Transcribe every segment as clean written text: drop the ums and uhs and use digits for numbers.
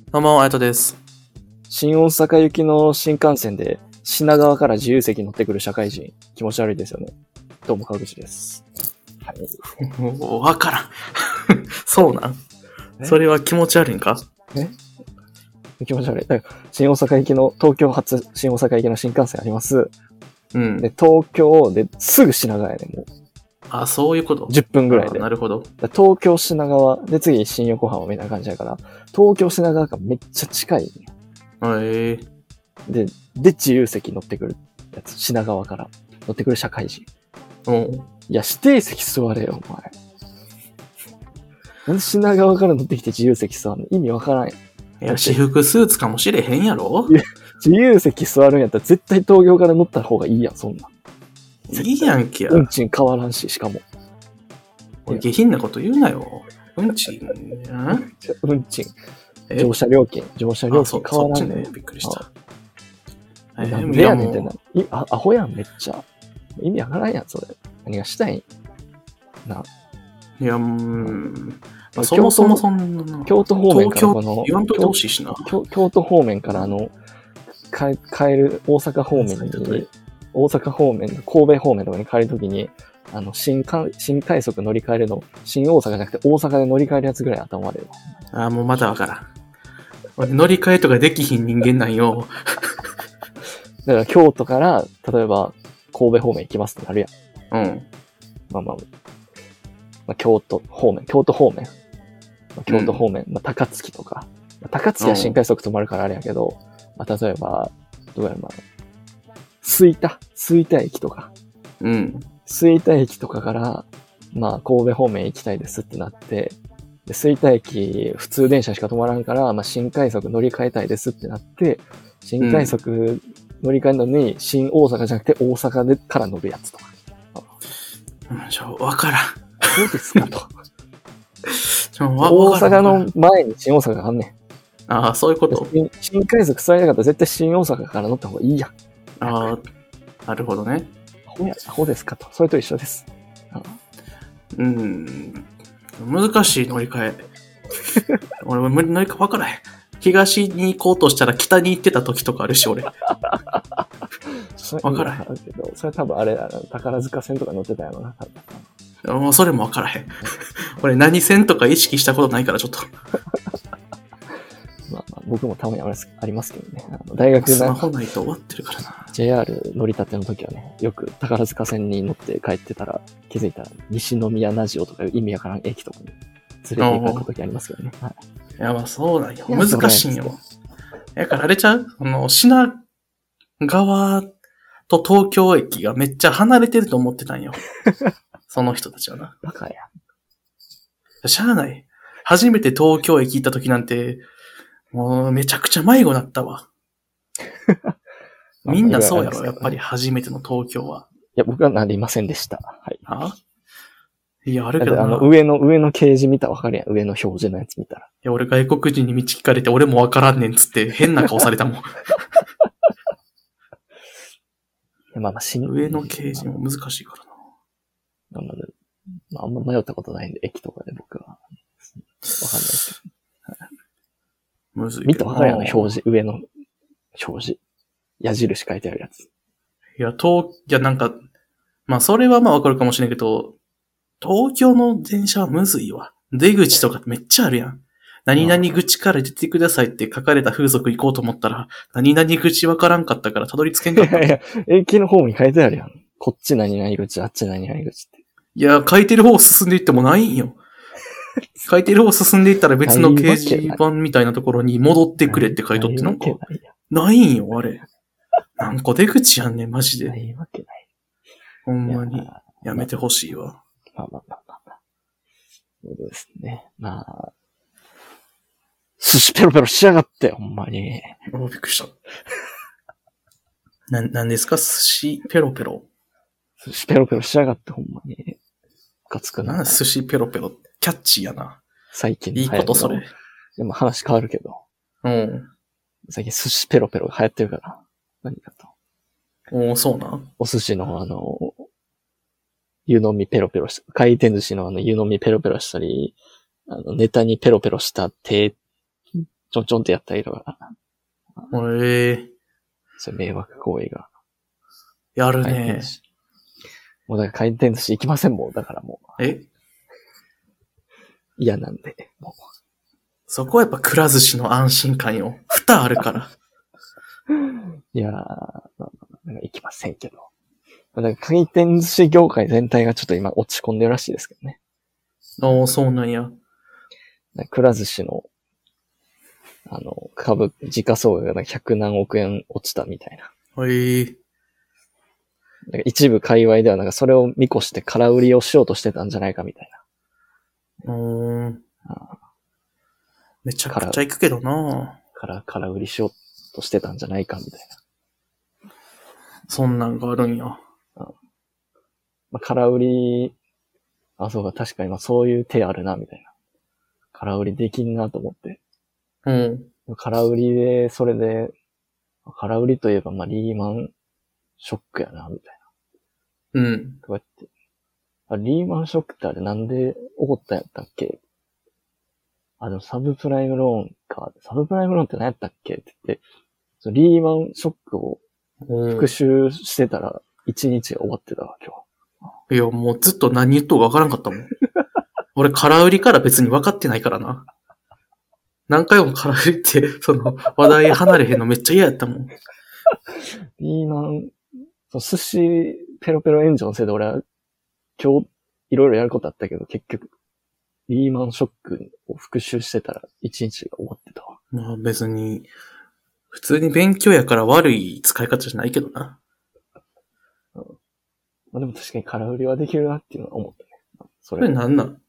どうも、あやとです。 新大阪行きの新幹線で品川から自由席乗ってくる社会人、気持ち悪いですよね。どうも川口です。はい。 わからん。そうなんそれは気持ち悪いんか気持ち悪い。だから新大阪行きの、東京発新大阪行きの新幹線あります。 うん。 で、東京ですぐ品川やね、もう。 あ、そういうこと。 10分ぐらいで。 なるほど。 東京品川で次新横浜みたいな感じやから、東京品川がめっちゃ近い、ね。で、自由席乗ってくるやつ、品川から乗ってくる社会人。いや、指定席座れよ、お前。なんで品川から乗ってきて自由席座るの？意味わからんやん。 いや、私服スーツかもしれへんやろ。 自由席座るんやったら絶対東京から乗った方がいいやん、そんな。 いいやんけや。 運賃変わらんし、しかも。 下品なこと言うなよ。運賃運賃。乗車料金変わらんねん。 そっちね。びっくりした。 なんでやねんってな。アホやん、めっちゃ。意味わからんやん、それ。何がしたいんな。 いや、そもそもそんな。 京都方面から言わんといてほしいしな。 京都方面から帰る大阪方面に、大阪方面、神戸方面とかに帰るときに、新快速乗り換えるの、新大阪じゃなくて大阪で乗り換えるやつぐらい頭悪いわ。 もうまだわからん。俺乗り換えとかできひん人間なんよ。 だから京都から、例えば神戸方面行きますってなるやん。 うん。 まあ、京都方面。高槻とか。高槻は新快速止まるからあれやけど、例えば、どうやろな。吹田駅とか。 うん。 吹田駅とかから、神戸方面行きたいですってなって、で、吹田駅普通電車しか止まらんから、新快速乗り換えたいですってなって、新快速乗り換えるのに、新大阪じゃなくて大阪でから乗るやつとか。 わからん。 どうですかと。大阪の前に新大阪があんねん。ああ、そういうこと。 新快速座りたかったら絶対新大阪から乗った方がいいやん。 ああ、なるほどね。 アホですかと。それと一緒です。 難しい乗り換え。俺乗り換え分からへん。東に行こうとしたら北に行ってた時とかあるし、俺。分からへん。 それ多分あれだな。宝塚線とか乗ってたやろな。 もうそれも分からへん。俺何線とか意識したことないからちょっと。 僕もたまにありますけどね。大学スマホないと終わってるからな。 JR 乗り立ての時はね、よく宝塚線に乗って帰ってたら、気づいたら西宮ナジオとかいう意味わからん駅とかに連れて行く時ありますけどね。はい。 いや、そうなんよ。難しいんよ。だからあれちゃう？品川と東京駅がめっちゃ離れてると思ってたんよ。その人たちはな。 バカや。 しゃあない。初めて東京駅行った時なんて、もうめちゃくちゃ迷子だったわ。みんなそうやろ、やっぱり初めての東京は。 いや、僕はなりませんでした。はい。 いや、あるけどな。 上の掲示見たらわかるやん。上の表示のやつ見たら。 いや、俺外国人に道聞かれて俺もわからんねんつって変な顔されたもん。上の掲示も難しいからな。 あんま迷ったことないんで、駅とかで僕は。わかんないですけど。 むずい。 見たわかるやん、表示。上の表示。矢印書いてあるやつ。 いや、なんか、それはわかるかもしれんけど、東京の電車はむずいわ。出口とかめっちゃあるやん。何々口から出てくださいって書かれた風俗行こうと思ったら、何々口わからんかったからたどり着けんかった。 いや、駅の方に書いてあるやん。こっち何々口、あっち何々口って。 いや、書いてる方進んでいってもないんよ。書いてる方進んでいったら別の掲示板みたいなところに戻ってくれって書いとってなんか、ないんよ、あれ。なんか出口やんね、マジで。 ないわけない。 ほんまに、やめてほしいわ。 そうですね。寿司ペロペロしやがって、ほんまに。 びっくりした。なんですか寿司ペロペロ。 寿司ペロペロしやがって、ほんまに。ムカつくな。 寿司ペロペロ。キャッチーやな。 最近いいことそれ。 でも話変わるけど。最近寿司ペロペロ流行ってるから。何かと。 そうな。 お寿司の湯飲みペロペロした、回転寿司の湯飲みペロペロしたり、ネタにペロペロした手、ちちょんちょんってやったりとか、 ええそういう迷惑行為がやるね。 回転寿司。もうだから回転寿司行きませんもん。だからもうえ嫌なんで。もそこはやっぱくら寿司の安心感よ。蓋あるから。 ういやー、なんか行きませんけど。だから回転寿司業界全体がちょっと今落ち込んでるらしいですけどね。 ああ、そうなんや。 くら寿司の、時価総額が100何億円落ちたみたいな。 ええなんか一部界隈ではなんかそれを見越して空売りをしようとしてたんじゃないかみたいめちゃくちゃ行くけどな。 な。空売りしようとしてたんじゃないかみたいそんなんがあるんや。 な。まあ、空売り、そうか、確かにそういう手あるな、みたいな。空売りできんなと思って。 うん。 空売りで、それで、空売りといえば、リーマンショックやな、みたいうん。 な。こうやって。リーマンショックってあれなんで起こったんやったっけ？でもサブプライムローンか。サブプライムローンって何やったっけって言って、リーマンショックを復習してたら、一日が終わってたわ、今いや、もうずっと何言っとうかわからんかったもん。俺、空売りから別に分かってないからな。何回も空売りって、話題離れへんのめっちゃ嫌やったもん。 リーマン、寿司ペロペロ炎上のせいで俺は今日いろいろやることあったけど、結局、リーマンショックを復習してたら一日が終わってたわ。 まあ別に、普通に勉強やから悪い使い方じゃないけどな。 でも確かに空売りはできるなっていうのは思ったね。そこれなんなん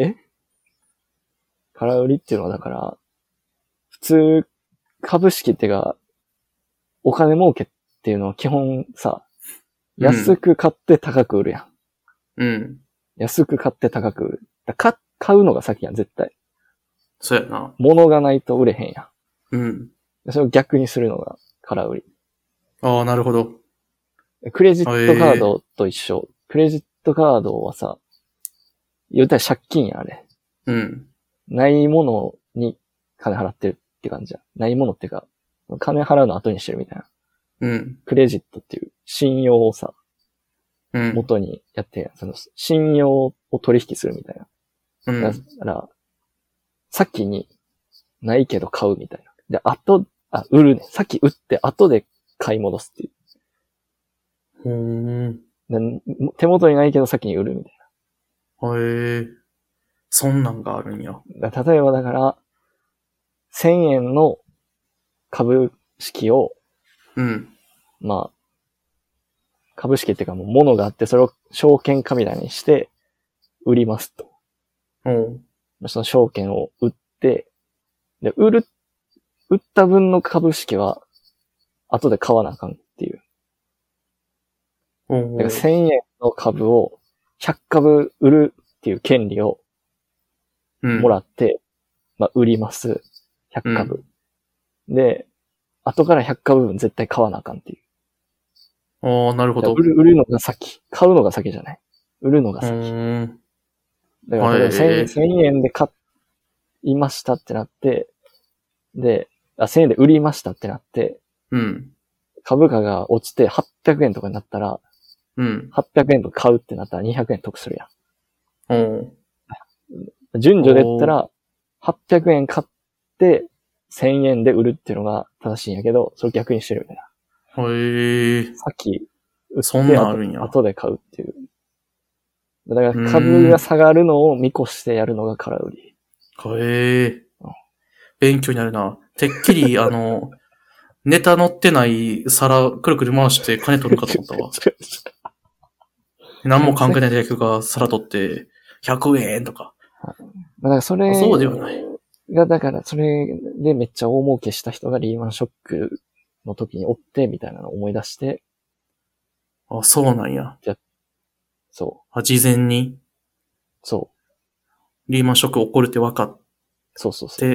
空売りっていうのはだから、普通、株式ってか、お金儲けっていうのは基本さ、安く買って高く売るやん。 うん。 安く買って高く売る。買うのが先やん、絶対。 そうやな。 物がないと売れへんやうん。 ん。それを逆にするのが空売り。 ああ、なるほど。 クレジットカードと一緒。クレジットカードはさ、言うたら借金や、あれ。 うん。 ないものに金払ってるって感じや。ないものっていうか、金払うの後にしてるみたいな。 うん。 クレジットっていう信用をさ、 うん。 元にやって、信用を取引するみたいな。 うん。 だから、先にないけど買うみたいな。で、売るね。先売って後で買い戻すっていう。手元にないけど先に売るみたいへえ。そんなんがあるんや。 な。例えばだから、1000円の株式を、株式っていうかもう物があって、それを証券化みたいにして売りますと。その証券を売って、で、売った分の株式は後で買わなあかんっていう。だから1000円の株を100株売るっていう権利をもらって、売ります。100株。で、後から100株分絶対買わなあかんっていう。 ああ、なるほど。 売るのが先。買うのが先じゃない。売るのが先。だから例えば1000円で買いましたってなって、で、1000円で売りましたってなって、株価が落ちて800円とかになったら、800円とか買うってなったら200円得するやん。順序で言ったら、800円買って、1000円で売るっていうのが正しいんやけど、それ逆にしてるみたいな。先売って後で買うっていう。だから株が下がるのを見越してやるのが空売り。 勉強になるな。てっきり、ネタ乗ってない皿くるくる回して金取るかと思ったわ。何も考えない大学が皿取って100円とか。 だからそれそうではない。 だからそれでめっちゃ大儲けした人がリーマンショックの時におってみたいなのを思い出して。 あ、そうなんや。 そう。 事前にそう。 リーマンショック起こるって分かって。 そう。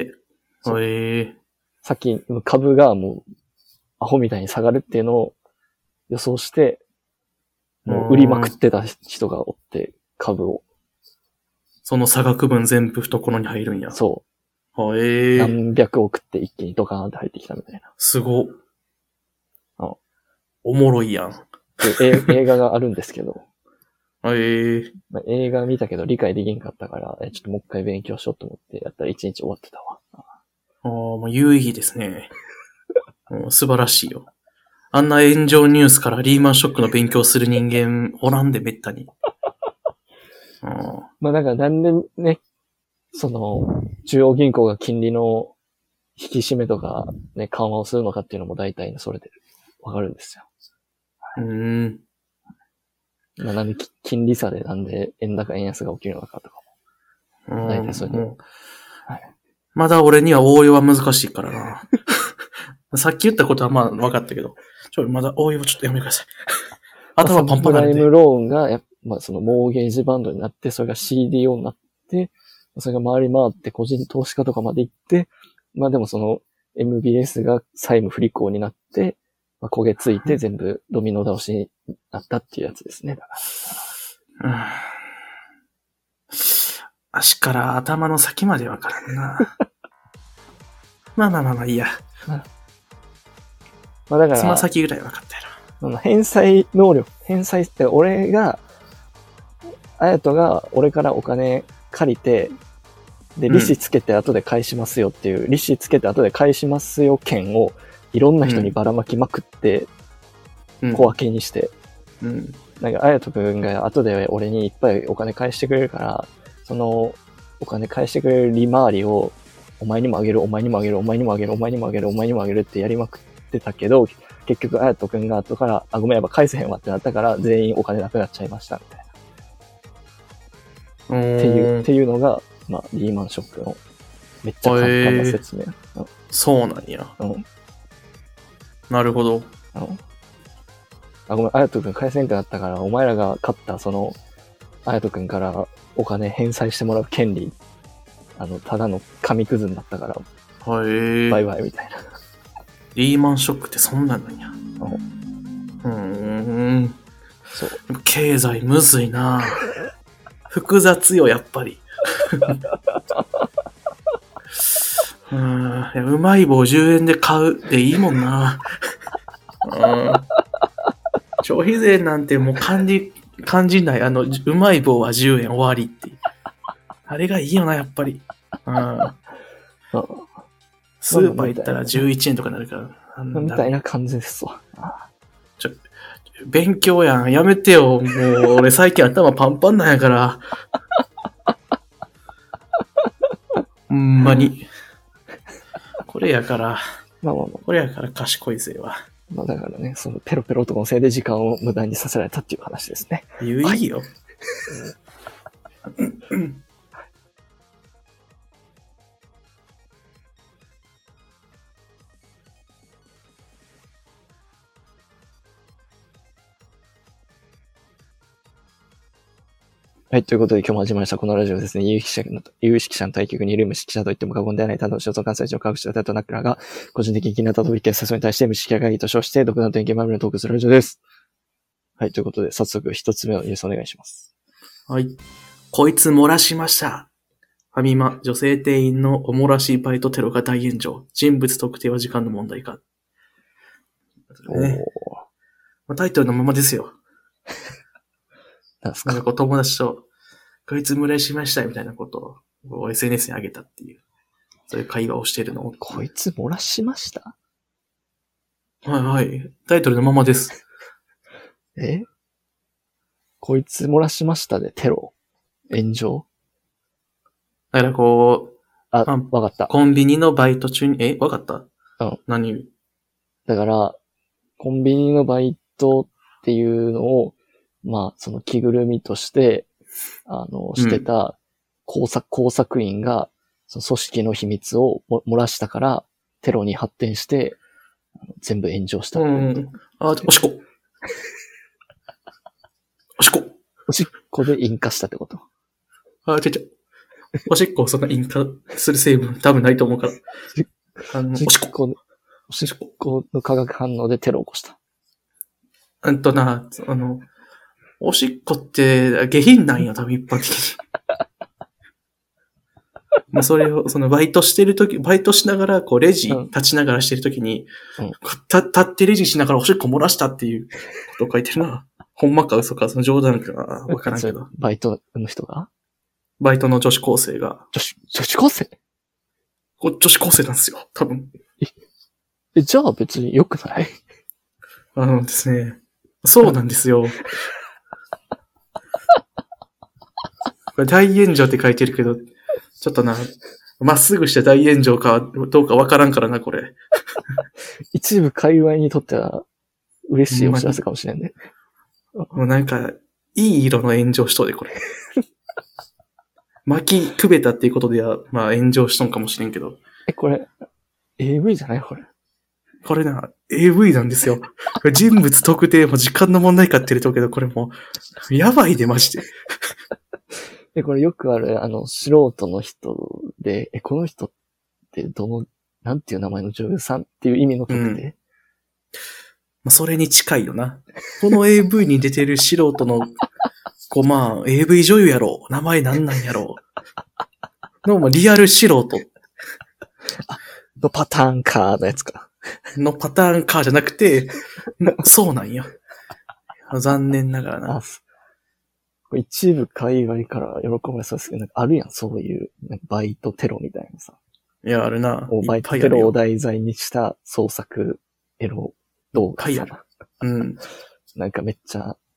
さっき株がもうアホみたいに下がるっていうのを予想して、もう売りまくってた人がおって、株を。 その差額分全部懐に入るんや。 そ何百億って一気にドカーンって入ってきたみたいな。 すご。 あおもろいやん。 映画があるんですけど、 まあ、 映画見たけど理解できんかったから、ちょっともう一回勉強しようと思ってやったら一日終わってたわ。 もう有意義ですね。もう素晴らしいよ。あんな炎上ニュースからリーマンショックの勉強する人間おらんでめったに。 まあだからなんでね、その、中央銀行が金利の引き締めとかね、緩和をするのかっていうのも大体それでわかるんですよ。まあなんで金利差でなんで円高円安が起きるのかとかも。大体それで。はい。 まだ俺には応用は難しいからな。さっき言ったことはまあ分かったけど、まだ応用ちょっとやめてください。頭パンパンなんで。 プライムローンがまあそのモーゲージバンドになって、それが CDO になって、それが回り回って個人投資家とかまで行って、まあでもその MBS が債務不履行になって、まあ、焦げついて全部ドミノ倒しになったっていうやつですね。だから。 足から頭の先までわからんな。まあいいや。 まあだから。 つま先ぐらい分かったやろ。 返済能力、返済って俺が、綾人が俺からお金借りて、で、利子つけて後で返しますよっていう、利子つけて後で返しますよ券をいろんな人にばらまきまくって、小分けにして、なんか綾人くんが後で俺にいっぱいお金返してくれるから、そのお金返してくれる利回りをお前にもあげる、お前にもあげる、お前にもあげる、お前にもあげる、お前にもあげるってやりまくってたけど、結局綾人くんが後から、ごめんやっぱ返せへんわってなったから全員お金なくなっちゃいましたみたいな。っていうのが、まあ、リーマンショックのめっちゃ簡単な説明。 そうなんや。なるほど。 ごめん、綾人くん返せんくなったから、お前らが買ったその、綾人くんからお金返済してもらう権利、ただの紙くずになったから、バイバイみたいな。 リーマンショックってそんなんなんや。そう。経済むずいな複雑よ、やっぱり。うまい棒10円で買うでいいもんな。消費税なんてもう感じない。うまい棒は10円終わりって。あれがいいよな、やっぱり。スーパー行ったら11円とかなるから。 みたいな感じですわ。 勉強やん。やめてよ。もう俺最近頭パンパンなんやから。ほんまに。これやから。これやから賢いぜは。 まあだからね、そのペロペロ男のせいで時間を無駄にさせられたっていう話ですね。 有意義よ。 はい、ということで今日も始まりました。このラジオですね、有識者の対局にいる無識者と言っても過言ではない担当、所存関西人の科学者だとナックラが、個人的に気になったトピックや誘いに対して無識者会議と称して、独断と偏見まみれのトークするラジオです。はい、ということで、早速一つ目のニュースお願いします。 はい。こいつ漏らしました。ファミマ、女性店員のお漏らしバイトテロが大炎上。人物特定は時間の問題か。タイトルのままですよ。 なんすか？ なんか友達と、こいつ漏らしましたみたいなことを SNS に上げたっていう、そういう会話をしてるのを。 こいつ漏らしました？ はい。タイトルのままです。 こいつ漏らしましたでテロ？炎上？ だからこう、 わかった。 コンビニのバイト中に、わかった？何？ だから、コンビニのバイトっていうのを、まあ、その着ぐるみとして、してた工作員が、その組織の秘密を漏らしたから、テロに発展して、全部炎上した。 おしっこ。 おしっこで引火したってこと？ おしっこそんな引火する成分多分ないと思うから。 おしっこの化学反応でテロを起こした。 おしっこって下品なんよ、多分一般的に。 まあそれを、そのバイトしてるとき、バイトしながら、こうレジうん立ちながらしてるときに、 うん立ってレジしながらおしっこ漏らしたっていうことを書いてるな。ほんまか嘘か、その冗談かわからんけど。 バイトの人がバイトの女子高生が、 女子高生女子高生なんですよ、多分。 じゃあ別に良くない？ ですね。そうなんですよ。これ大炎上って書いてるけど、ちょっとな、まっすぐして大炎上かどうかわからんからな、これ。 一部界隈にとっては嬉しいお知らせかもしれんね。 もうなんか、いい色の炎上しとうで、これ。巻きくべたっていうことでは、まあ炎上しとんかもしれんけど。 これ、AV じゃないこれ。 これな、AV なんですよ。これ人物特定も時間の問題かって言うとけど、これもう、やばいで、マジで。 これよくある、素人の人で、この人ってなんていう名前の女優さんっていう意味の特定、 まあそれに近いよな。この AV に出てる素人の、まあ、AV 女優やろう。名前なんなんやろう。の、リアル素人のパターンかのやつか。 のパターンかじゃなくて、そうなんや。残念ながらな。 一部界隈から喜ばれそうですけど、なんかあるやん、そういう、なんかバイトテロみたいなさ。 いや、あるな。 バイトテロを題材にした創作エロ動画さ。 うん。 なんかめっちゃ、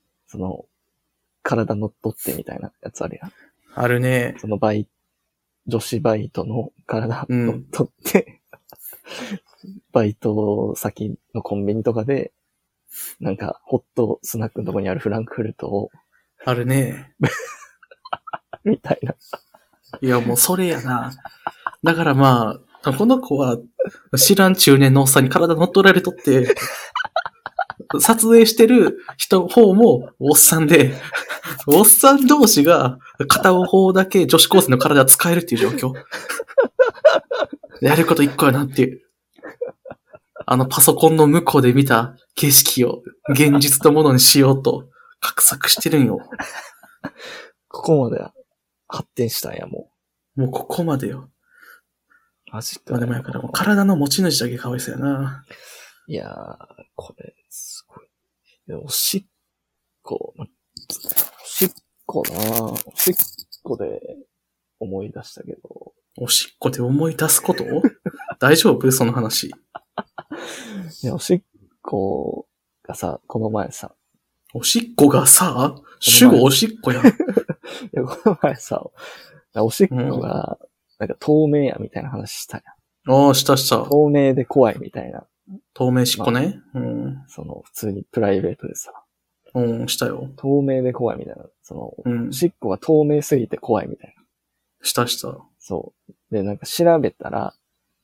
体乗っ取ってみたいなやつあるやん。 あるね。 女子バイトの体乗っ取って、バイト先のコンビニとかで、なんか、ホットスナックのとこにあるフランクフルトを、 あるね。 みたいな。 いや、もうそれやな。だからまあ、この子は、知らん中年のおっさんに体乗っ取られとって、撮影してる方もおっさんで、おっさん同士が片方だけ女子高生の体使えるっていう状況。やること一個やなっていう。パソコンの向こうで見た景色を現実のものにしようと画策してるんよ。 ここまで発展したんや、もう。もうここまでよ。 マジか。 まあでもやからもう体の持ち主だけかわいそうやな。 いやー、これ、すごい。おしっこなおしっこで思い出したけど。 おしっこで思い出すこと大丈夫その話。 いや、おしっこがさ、この前さ。 おしっこがさ、主語おしっこやん。いや、この前さ、おしっこが、なんか透明やみたいな話したやん。 ああ、した。 透明で怖いみたいな。 透明しっこね。 まあ、普通にプライベートでさ。 したよ。 透明で怖いみたいな。おしっこが透明すぎて怖いみたいな。 した。 そう。で、なんか調べたら、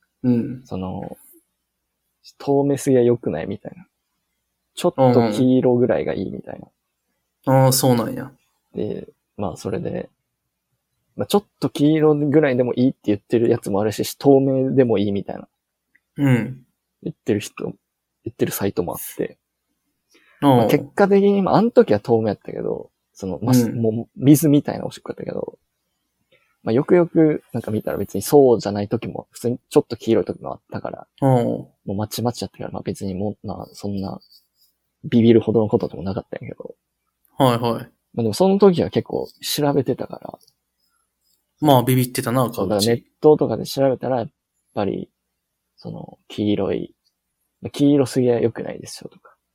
透明すぎは良くないみたいな。ちょっと黄色ぐらいがいいみたいな。 ああ、そうなんや。 で、まあそれで、ちょっと黄色ぐらいでもいいって言ってるやつもあるし、透明でもいいみたいな。言ってるサイトもあって。結果的に、あの時は透明やったけど、もう水みたいなおしっこやったけど、よくよくなんか見たら別にそうじゃない時も、普通にちょっと黄色い時もあったから、もうまちまちやったから、別にもう、そんな、ビビるほどのことでもなかったんやけど。 はいはい。 でもその時は結構調べてたから。 まあビビってたな、 そうだからネットとかで調べたら、やっぱり、黄色すぎは良くないですよとか。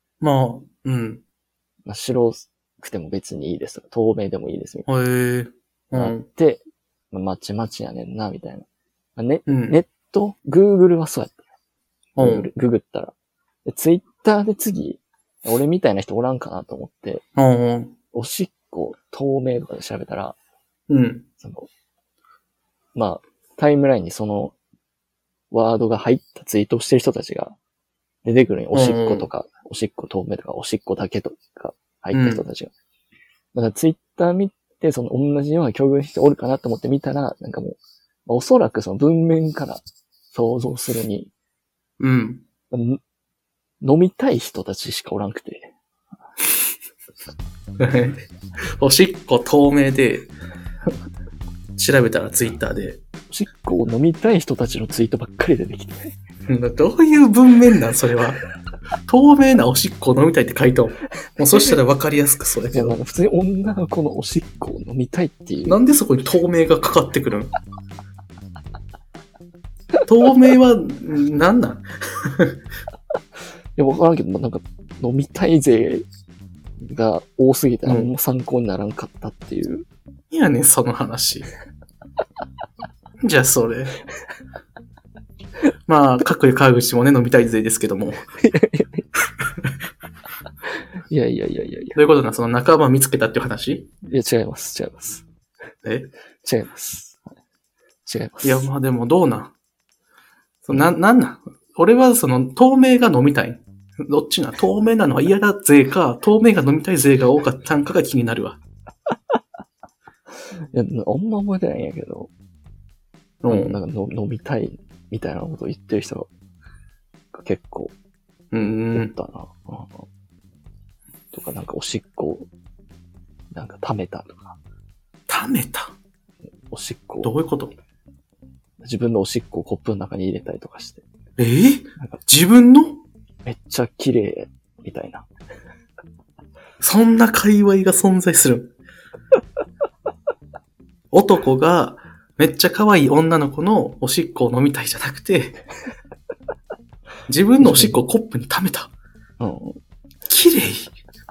白くても別にいいですとか、透明でもいいですみたいな。なって、まちまちやねんな、みたいな。ネット、Google はそうやった。ググったら。で、Twitter で次、俺みたいな人おらんかなと思って、おしっこ透明とかで調べたら、タイムラインにそのワードが入ったツイートをしてる人たちが出てくるんよ。おしっことか、おしっこ透明とか、おしっこだけとか入った人たちが。だからツイッター見て、同じような境遇の人おるかなと思って見たら、なんかもう、おそらくその文面から想像するに、飲みたい人たちしかおらんくて。 おしっこ透明で、 調べたらツイッターで。 おしっこを飲みたい人たちのツイートばっかり出てきて。 どういう文面なんそれは。透明なおしっこを飲みたいって書いとん。もうそしたら分かりやすくそれ。 いや、なんか普通に女の子のおしっこを飲みたいっていう。 なんでそこに透明がかかってくるん？透明は、なんなん？ いや、わからんけど、なんか飲みたい勢が多すぎてあんま参考にならんかったっていう。 いやねん、その話。じゃあそれ。まあ、各川口もね、飲みたい勢ですけども。 いやいや。 どういうことなの？その仲間見つけたっていう話？ いや、違います。 え？ 違います。違います。 いや、まあでもどうなんなん俺はその透明が飲みたい。どっちな？透明なのは嫌だ勢か、透明が飲みたい勢が多かったんかが気になるわ。 いや、あんま覚えてないんやけど、なんか飲みたいみたいなことを言ってる人が結構、おったな。とか、なんかおしっこ、なんか溜めたとか。 溜めた？ おしっこ。 どういうこと？ 自分のおしっこをコップの中に入れたりとかして。 なんか自分の？ めっちゃ綺麗みたいな。 そんな界隈が存在する。男がめっちゃ可愛い女の子のおしっこを飲みたいじゃなくて、自分のおしっこをコップに溜めた。 うん。 綺麗。 い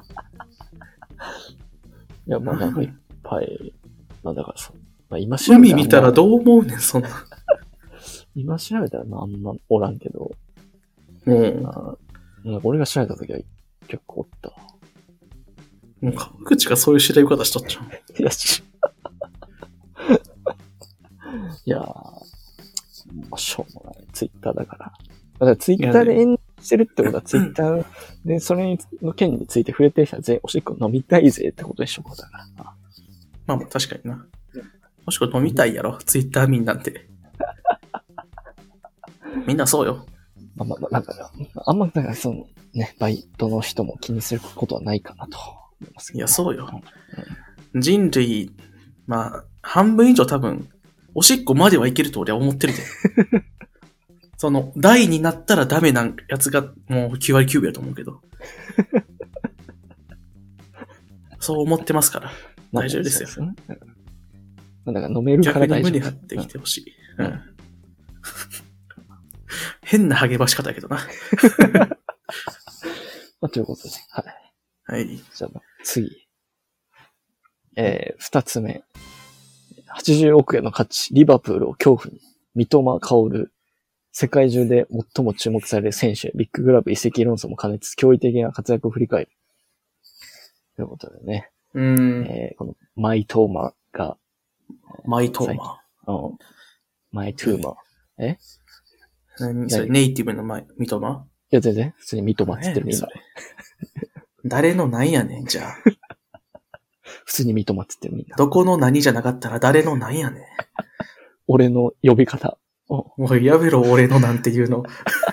や、まあなんかいっぱい、まあだからさ、まあ今調べたら。 海見たらどう思うねん、そんな。 今調べたらあんまおらんけど、 もなんか俺が調べた時は結構おったわ。 う川口がそういう調べ方しとっちゃう。 いや、いやー、まあ、しょうもない。ツイッターだから。だからツイッターで演じてるってことは、ツイッターでそれの件について触れてる人は全員おしっこ飲みたいぜってことでしょ、だからな。 まあまあ確かにな。おしっこ飲みたいやろ、ツイッター民なんて。みんなそうよ。 まあ、なんか、あんま、だからその、ね、バイトの人も気にすることはないかなと思いますけど。 いや、そうよ。人類、まあ、半分以上多分、おしっこまではいけると俺は思ってるで。その、大になったらダメなやつがもう9割9分やと思うけど。そう思ってますから。大丈夫ですよ。 だから飲めるから大丈夫。 逆に胸張ってきてほしい。変な励まし方やけどな。 まあ、ということで、はい。 はい。 じゃあ、次。二つ目。80億円の価値、リバプールを恐怖に。三笘薫。世界中で最も注目される選手、ビッグクラブ移籍論争も兼ねつつ、驚異的な活躍を振り返る。ということでね。この、マイトーマが。 マイトーマー。マイトゥーマー。 何それネイティブの三笘？ いや、全然。普通に三笘って言ってるみんな。 誰の何やねん、じゃあ。 普通に三笘って言ってるみんな。 どこの何じゃなかったら誰の何やねん。 俺の呼び方。 もうやめろ、俺のなんていうの。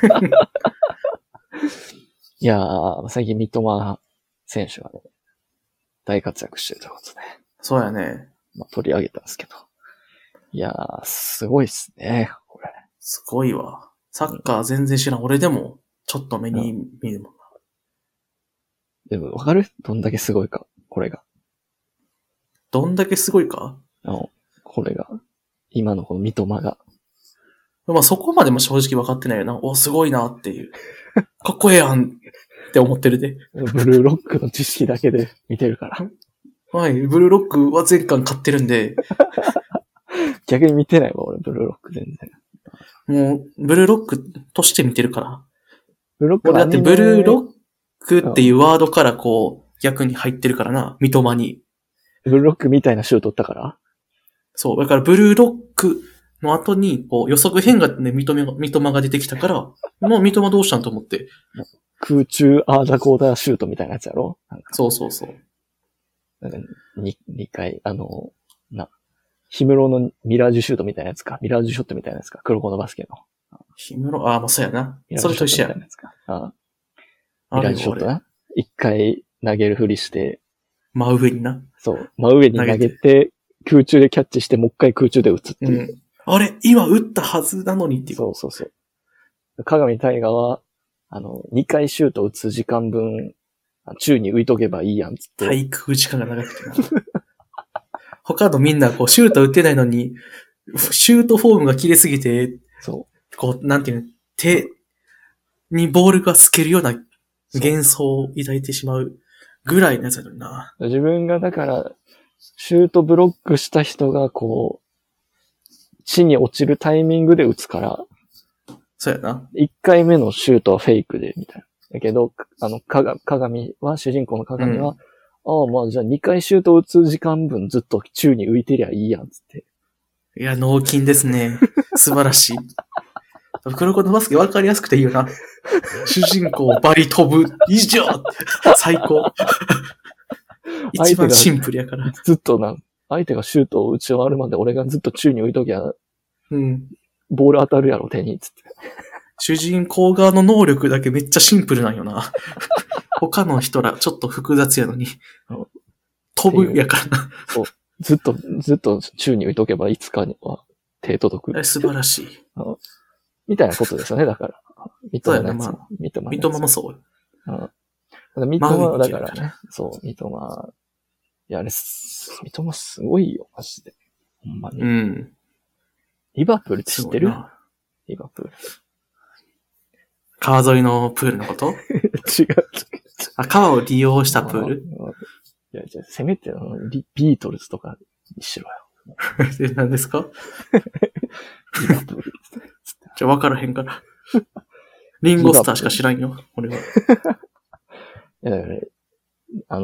いやー、最近三笘選手がね、大活躍してるということで。 そうやね。 まあ、取り上げたんですけど。いやー、すごいっすね、これ。 すごいわ。サッカー全然知らん。俺でも、ちょっと目に見るもんな。 でも、わかる？どんだけすごいか、これが。 どんだけすごいか？ これが。今のこの三笘が。 まあそこまでも正直分かってないよな。お、すごいなっていう。かっこええやんって思ってるで。 ブルーロックの知識だけで見てるから。 はい、ブルーロックは全巻買ってるんで。 逆に見てないわ、俺、ブルーロック全然。 もう、ブルーロックとして見てるから。 ブルーロックだってブルーロックっていうワードからこう、逆に入ってるからな、三笘に。 ブルーロックみたいなシュート打ったから？ そう、だからブルーロックの後に、こう予測変化で三笘が出てきたから、もう三笘どうしたんと思って。 空中アーダコーダーシュートみたいなやつやろ？ そうそうそう。 なんか2回、氷室のミラージュシュートみたいなやつか。ミラージュショットみたいなやつか。黒子のバスケの。 氷室、まあそうやな。それと一緒や。 ミラージュショットな。1回投げるふりして。 真上にな。 そう。真上に投げて、 空中でキャッチして、もう一回空中で打つっていう。 うん。あれ今打ったはずなのにっていう。 そうそうそう。鏡大河は、2回シュート打つ時間分、宙に浮いとけばいいやんつって。 滞空時間が長くてな。他のみんなこうシュート打ってないのに、シュートフォームが切れすぎて、 そう。 こう、なんていうの、手にボールが透けるような幻想を抱いてしまうぐらいのやつだよな。 自分がだから、シュートブロックした人がこう、地に落ちるタイミングで打つから、 そうやな。 1回目のシュートはフェイクで、みたいな。だけど、鏡は、主人公の鏡は、まあじゃあ2回シュート打つ時間分ずっと宙に浮いてりゃいいやん、つって。 いや、脳筋ですね。素晴らしい。黒子のバスケ分かりやすくていいよな。主人公バリ飛ぶ以上最高。一番シンプルやから。 ずっと相手がシュートを打ち終わるまで俺がずっと宙に浮いときゃ、ボール当たるやろ、手に、つって。 主人公側の能力だけめっちゃシンプルなんよな。他の人らちょっと複雑やのに。飛ぶやからな。 そう。ずっと宙に浮いとけばいつかには手届く。 素晴らしい。 みたいなことですよね、だから。三笘のやつ。 三笘もそう。 三笘はだからね。そう、三笘。いや、三笘すごいよ、マジで。ほんまに。 うん。 リバプールって知ってる？リバプール。 川沿いのプールのこと違う。 川を利用したプールいや、じゃあ、せめてビートルズとかにしろよ。 何ですかリバプール。 じゃあ分からへんから。リンゴスターしか知らんよ、俺は。いや、だから、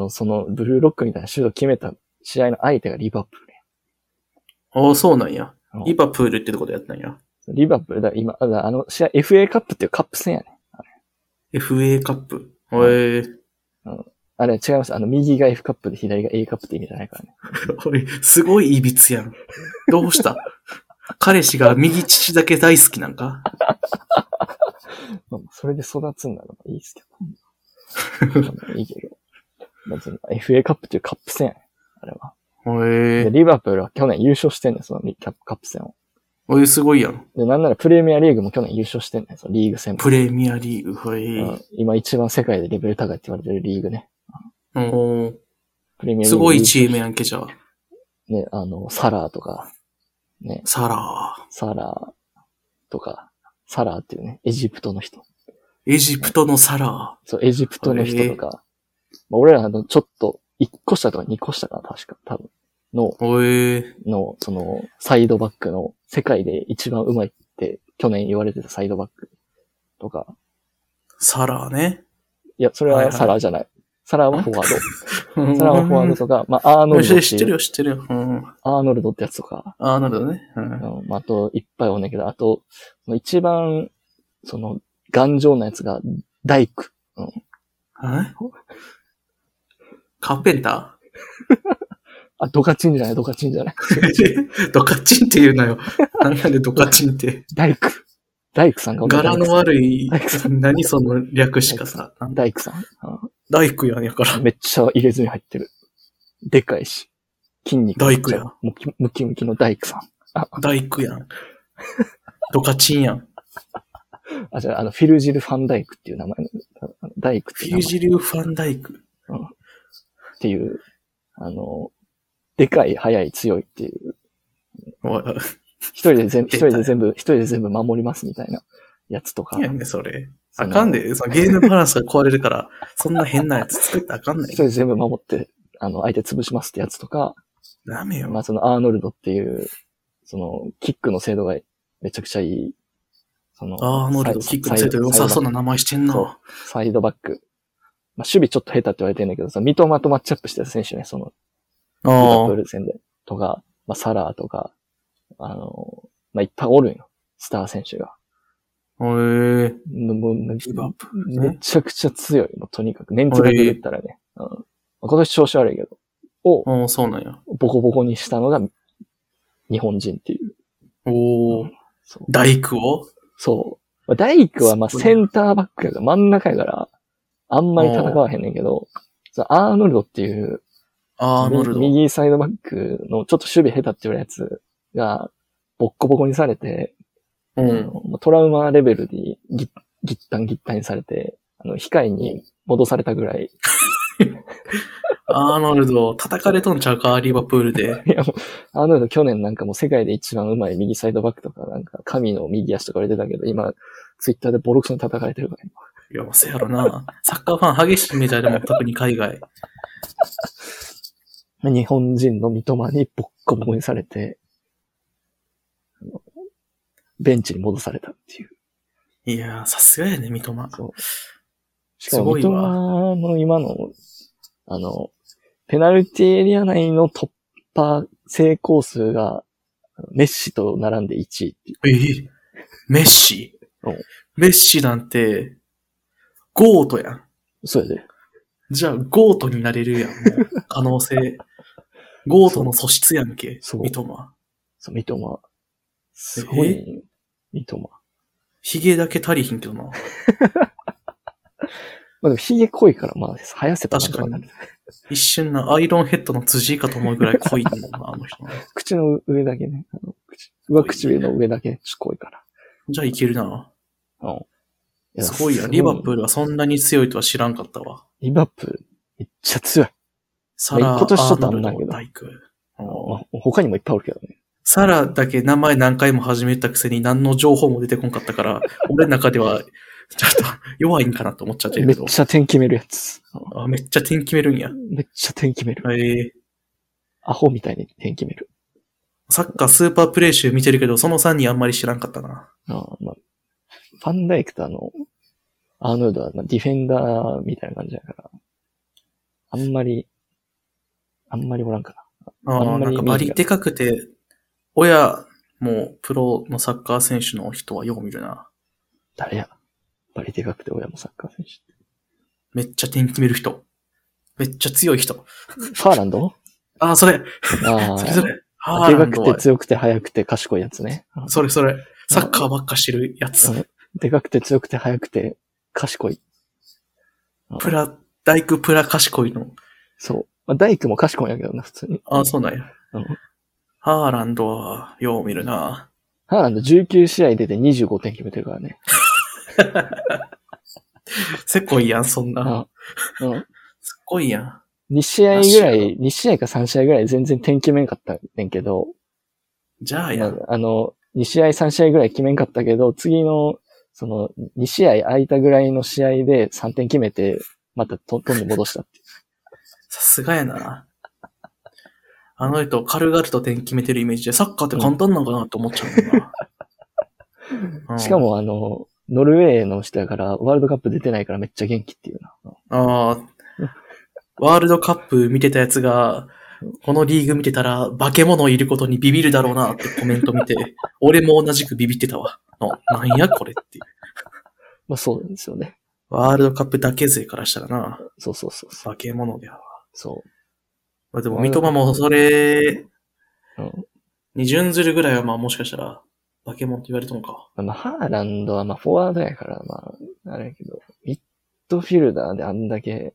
その、ブルーロックみたいなシュート決めた試合の相手がリバプールや。そうなんや。リバプールってとこでやったんや。 リバプールだ、今、試合、FA カップっていうカップ戦やね。 FA カップ。 あれ違います。右が F カップで左が A カップって意味じゃないからね。 おい、すごいいびつやん。どうした彼氏が右乳だけ大好きなんかそれで育つんならいいですけど。いいけど。まず FA カップっていうカップ戦やね。あれは。でリバプールは去年優勝してんねん、そのカップ戦を。 おい、すごいやん。 で、なんならプレミアリーグも去年優勝してんねん、そのリーグ戦。 プレミアリーグ、ほい。 今一番世界でレベル高いって言われてるリーグね。 プレミアリーグ。すごいチームやんけ、じゃあ。 ね、サラーとか、ね。 サラーとか、サラーっていうね、エジプトの人。 エジプトのサラー。そう、エジプトの人とか。俺らちょっと、1個下とか2個下かな、確か、多分。その、サイドバックの世界で一番上手いって去年言われてたサイドバックとか。 サラーね。 いや、それはサラーじゃない。はいはい、サラーはフォワード。サラーはフォワードとか、まあ、アーノルド。 知ってるよ。 アーノルドってやつとか。 アーノルドね。 あと、いっぱいおんねんけど、あと、一番、頑丈なやつが、ダイク。 カーペンタードカチンじゃない。ドカチンって言うなよ。何やねん、ドカチンって。 ダイクさんが柄の悪い、何その略しかさ。 ダイクさん。 ダイクやんやから。 めっちゃ入れ墨入ってる。でかいし。筋肉。 ダイクやん。 ムキムキのダイクさん。 ダイクやん。ドカチンやん。 じゃあ、フィルジル・ファンダイクっていう名前の、ダイクっていう名前。 フィルジル・ファンダイク、 っていう、でかい、速い、強いっていう。一人で全部守りますみたいなやつとか。 いやね、それ。あかんで、そのゲームバランスが壊れるから、そんな変なやつ作ったらあかんない。 一人で全部守って、相手潰しますってやつとか。 ダメよ。 まあ、そのアーノルドっていう、キックの精度がめちゃくちゃいい。 アーノルド、キックの精度良さそうな名前してんな。 サイドバック。まあ、守備ちょっと下手って言われてるんだけどさ、三笘とマッチアップしてる選手ね、リバプール戦で。とか、まあ、サラーとか、まあ、いっぱいおるんよ。スター選手が。 めちゃくちゃ強い。もうとにかく、メンツだけ言ったらね。今年調子悪いけど。 そうなんや。 ボコボコにしたのが、日本人っていう。 ダイクをそう。ダイクはまあセンターバックやから真ん中やから、あんまり戦わへんねんけど、アーノルドっていう、 アーノルド。 右サイドバックのちょっと守備下手って言われるやつが、ボッコボコにされて、 うん。 トラウマレベルでギッタンにされて、控えに戻されたぐらい。 アーノルド、叩かれとんちゃうか、リバプールで。 いや、もうアーノルド去年なんかもう世界で一番上手い右サイドバックとか、なんか神の右足とか言われてたけど、今、ツイッターでボロクソに叩かれてるから、今。 いや、せやろな。サッカーファン激しいみたいでも、特に海外。 日本人の三笘にボッコボコにされて、ベンチに戻されたっていう。 いやー、さすがやね、三笘。 そう。しかも三笘すごいわ。 の今の、ペナルティエリア内の突破成功数が、メッシと並んで1位っていう。 メッシうんメッシなんて、ゴートやん。 そうやで。 じゃあ、ゴートになれるやん、もう。可能性。ゴートの素質やんけ、 そう三笘。 そう、三笘。すごいね、三笘。 ヒゲだけ足りひんけどな。 まあでも、ヒゲ濃いから、まあ、生やせたら確かに。一瞬な、アイロンヘッドの辻かと思うぐらい濃いもんな、あの人。 口の上だけね。上唇の上だけ濃いから。 じゃあいけるな。 うん。 すごいや。リバプールはそんなに強いとは知らんかったわ。 リバプール、めっちゃ強い。 サラ、 今年ちょっと危ないけど。 大工。 他にもいっぱいおるけどね。 サラだけ名前何回も始めたくせに何の情報も出てこんかったから、俺の中ではちょっと弱いんかなと思っちゃってるけど。 めっちゃ点決めるやつ。 めっちゃ点決めるんや。 めっちゃ点決める。アホみたいに点決める。 サッカースーパープレイ集見てるけど、その3人あんまり知らんかったな。 まあ、ファンダイクとアーノルドはディフェンダーみたいな感じだから、あんまりおらんかな。 なんかバリでかくて、親もプロのサッカー選手の人はよう見るな。 誰や？バリでかくて親もサッカー選手。 めっちゃ点決める人。めっちゃ強い人。 ハーランド？ それ。それ。 でかくて強くて速くて賢いやつね。 それ。サッカーばっかしてるやつ。 でかくて強くて速くて賢い。 大工プラ賢いの。 そう。大工も賢いんやけどな、普通に。 そうなんや。ハーランドは、よう見るな。 ハーランド19試合出て25点決めてるからね。 せこいやん、そんな。すっごいやん。 2試合か3試合ぐらい全然点決めんかったねんけど。 じゃあやん。 2試合3試合ぐらい決めんかったけど、次の、2試合空いたぐらいの試合で3点決めて、またトンに戻したっていう。 さすがやな。あの人、軽々と点決めてるイメージで、サッカーって簡単なのかなって思っちゃうもんな。 しかもノルウェーの人やから、ワールドカップ出てないからめっちゃ元気っていうな。 ワールドカップ見てたやつが、このリーグ見てたら、化け物いることにビビるだろうなってコメント見て、俺も同じくビビってたわ。なんやこれっていう。 まあそうなんですよね。 ワールドカップだけ勢からしたらな。 そう。 化け物では。 そう。 まあでも、三笘もそれ、に準ずるぐらいはまあもしかしたら、化け物って言われたのか。 ハーランドはフォワードやから、あれやけど、ミッドフィルダーであんだけ、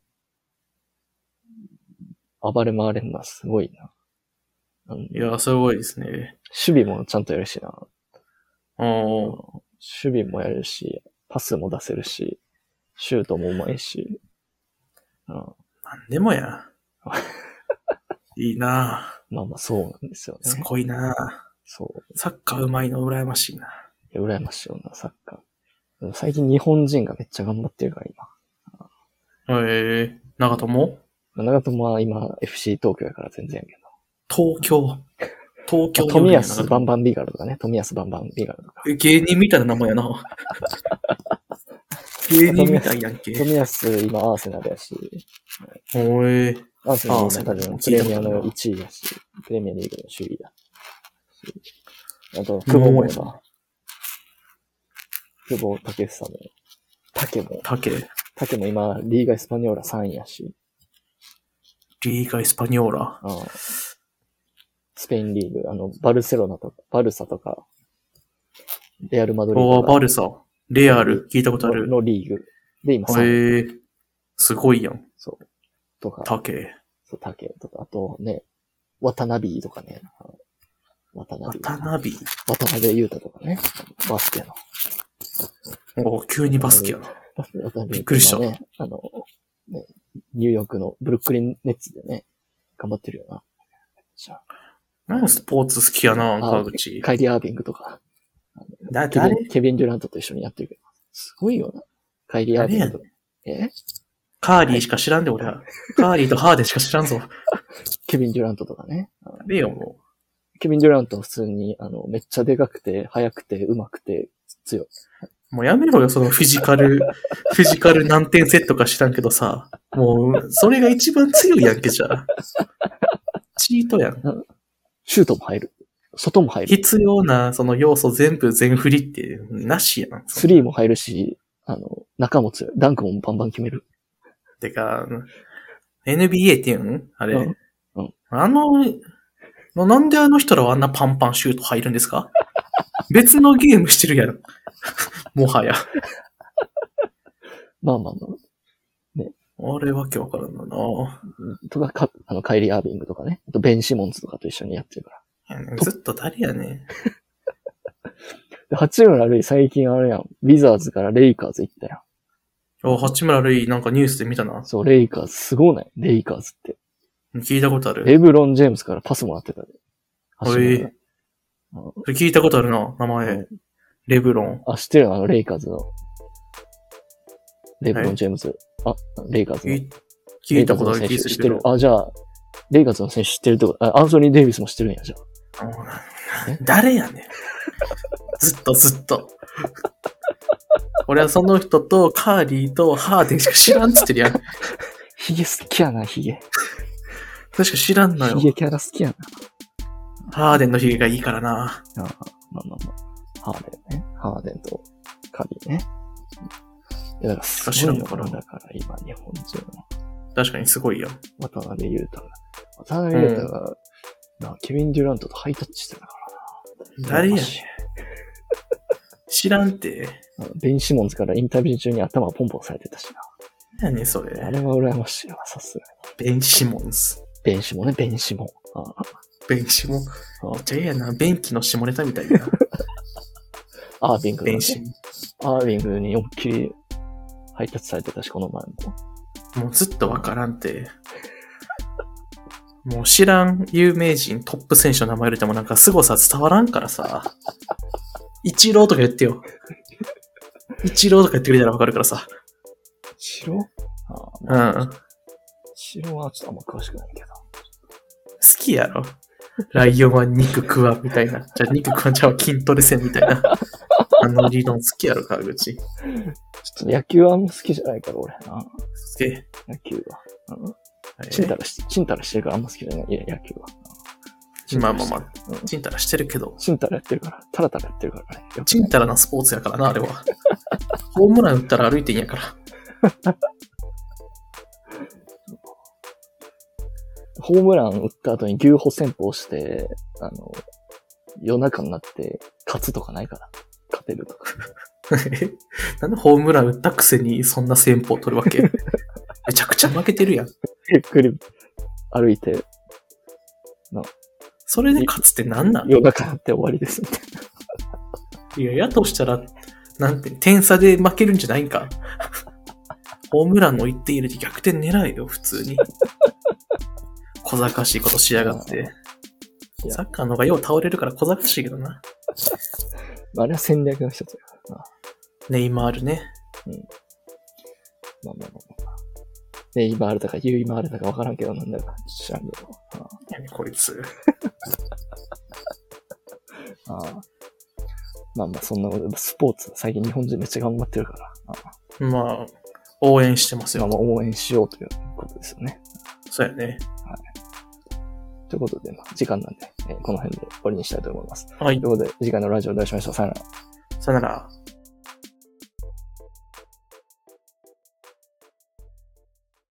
暴れ回れるのはすごいな。 いや、すごいですね。 守備もちゃんとやるしな。 守備もやるし、パスも出せるし、シュートもうまいし。 なんでもや。いいなそうなんですよね。 すごいなそう。 サッカー上手いの羨ましいな。 羨ましいよな、サッカー。最近日本人がめっちゃ頑張ってるから、 今。長友長友は今 FC 東京やから全然やけど。東京富安バンバンビガルとかね。富安バンバンビガルとか。 芸人みたいな名前やな。芸人みたいやんけ。 富安今アーセナルやし。アーセナル今多分プレミアの1位だし、プレミアリーグの首位だし。あと、久保もやな。久保建英も。竹も今、リーガエスパニョーラ3位やし。 リーガエスパニョーラ。 スペインリーグ、バルサとか、レアルマドリード。 バルサ、レアル、聞いたことある。 のリーグ。で、今3位。 すごいやん。 そう。とか。 竹。 そう、竹とか、あとね、渡辺とかね。渡辺裕太とかね。バスケの。 急にバスケやな。びっくりした。 ね、ニューヨークのブルックリンネッツでね、頑張ってるよな。 何スポーツ好きやな、川口。 カイリー・アービングとか。 誰ケビン・デュラントと一緒にやってるけど。すごいよな。カイリー・アービング。 カーリーしか知らんで、俺は。カーリーとハーデンしか知らんぞ。 ケビン・デュラントとかね。 もう。ケビン・デュラントは普通に、めっちゃでかくて、速くて、上手くて、強い。 もうやめろよ、そのフィジカル何点セットか知らんけどさ。もう、それが一番強いやんけ、じゃあ。チートやん。 シュートも入る。外も入る。 必要な、その要素全部全振りって、なしやん。 スリーも入るし、中も強い。ダンクもバンバン決める。 てか、NBA っていうんあれ。 うん。 なんであの人らはあんなパンパンシュート入るんですか？別のゲームしてるやん。もはや。 まあ。 ね。あれわけわからんのな。 とか、カイリー・アービングとかね。あと、ベン・シモンズとかと一緒にやってるから。 ずっと誰やねん。八村塁最近あれやん。ウィザーズからレイカーズ行ったやん。 八村塁なんかニュースで見たな。 そう、レイカーズ。すごいね。レイカーズって。 聞いたことある。 レブロン・ジェームズからパスもらってたで。 聞いたことあるな、名前。レブロン。 知ってるよ、レイカーズの。レブロン・ジェームズ。レイカーズの。 聞いたことある気するけど。 じゃあ、レイカーズの選手知ってるってこと、アンソニー・デイビスも知ってるんや、じゃあ。 誰やねん。ずっと。俺はその人とカーリーとハーデンしか知らんっつってるやん。 ヒゲ好きやな、ヒゲ。 確か知らんのよ。 ヒゲキャラ好きやな。 ハーデンのヒゲがいいからな。 まあ。ハーデンね。ハーデンとカビね。いや、だからすごいよ、だから今、日本人の。 確かにすごいよ。 渡辺裕太が、ケビン・デュラントとハイタッチしてたからな。誰やねん。知らんて。 ベン・シモンズからインタビュー中に頭をポンポンされてたしな。 何やねん、それ。 あれは羨ましいわ、さすがに。ベン・シモンズ。 ベンシモン。 ベンシモン。めっちゃ嫌やな。便器の下ネタみたいな。 アービング、 ベンシモン。アービングに思いっきりハイタッチされてたし、この前も。もうずっとわからんて。もう知らん有名人トップ選手の名前入れてもなんか凄さ伝わらんからさ。イチローとか言ってよ。イチローとか言ってくれたらわかるからさ。 イチロー？イチローはちょっとあんま詳しくないけど。 好きやろ。ライオンは肉食わんみたいな。じゃあ肉食わんじゃあ筋トレせんみたいな。理論好きやろ、川口。 ちょっと野球はあんま好きじゃないから、俺な。 好き。 野球は。チンタラしてるからあんま好きじゃない、野球は。 まあ。チンタラしてるけど。 チンタラやってるから。タラタラやってるからね。 チンタラなスポーツやからな、あれは。ホームラン打ったら歩いていいんやから。 ホームラン打った後に牛歩戦法して、夜中になって勝つとかないから。勝てるとか。 なんでホームラン打ったくせにそんな戦法取るわけ？めちゃくちゃ負けてるやん。 ゆっくり歩いて。 それで勝つって何なん？ 夜中になって終わりですみたいな。いや、やとしたら、点差で負けるんじゃないんか。ホームランの1点入れて逆転狙えよ、普通に。小賢しいことしやがって。サッカーの方がよう倒れるから小賢しいけどな。 あれは戦略の一つやからな。 ネイマールね。 まあ。ネイマールだかユイマールだか分からんけどなんだか知らんけど。 何こいつ。 まあそんなこと、スポーツ最近日本人めっちゃ頑張ってるから。 まあ、応援してますよ。 まあ応援しようということですよね。 そうやね。 はい。ということで、時間なんで、この辺で終わりにしたいと思います。 はい。 ということで、次回のラジオでお会いしましょう。さよなら。 さよなら。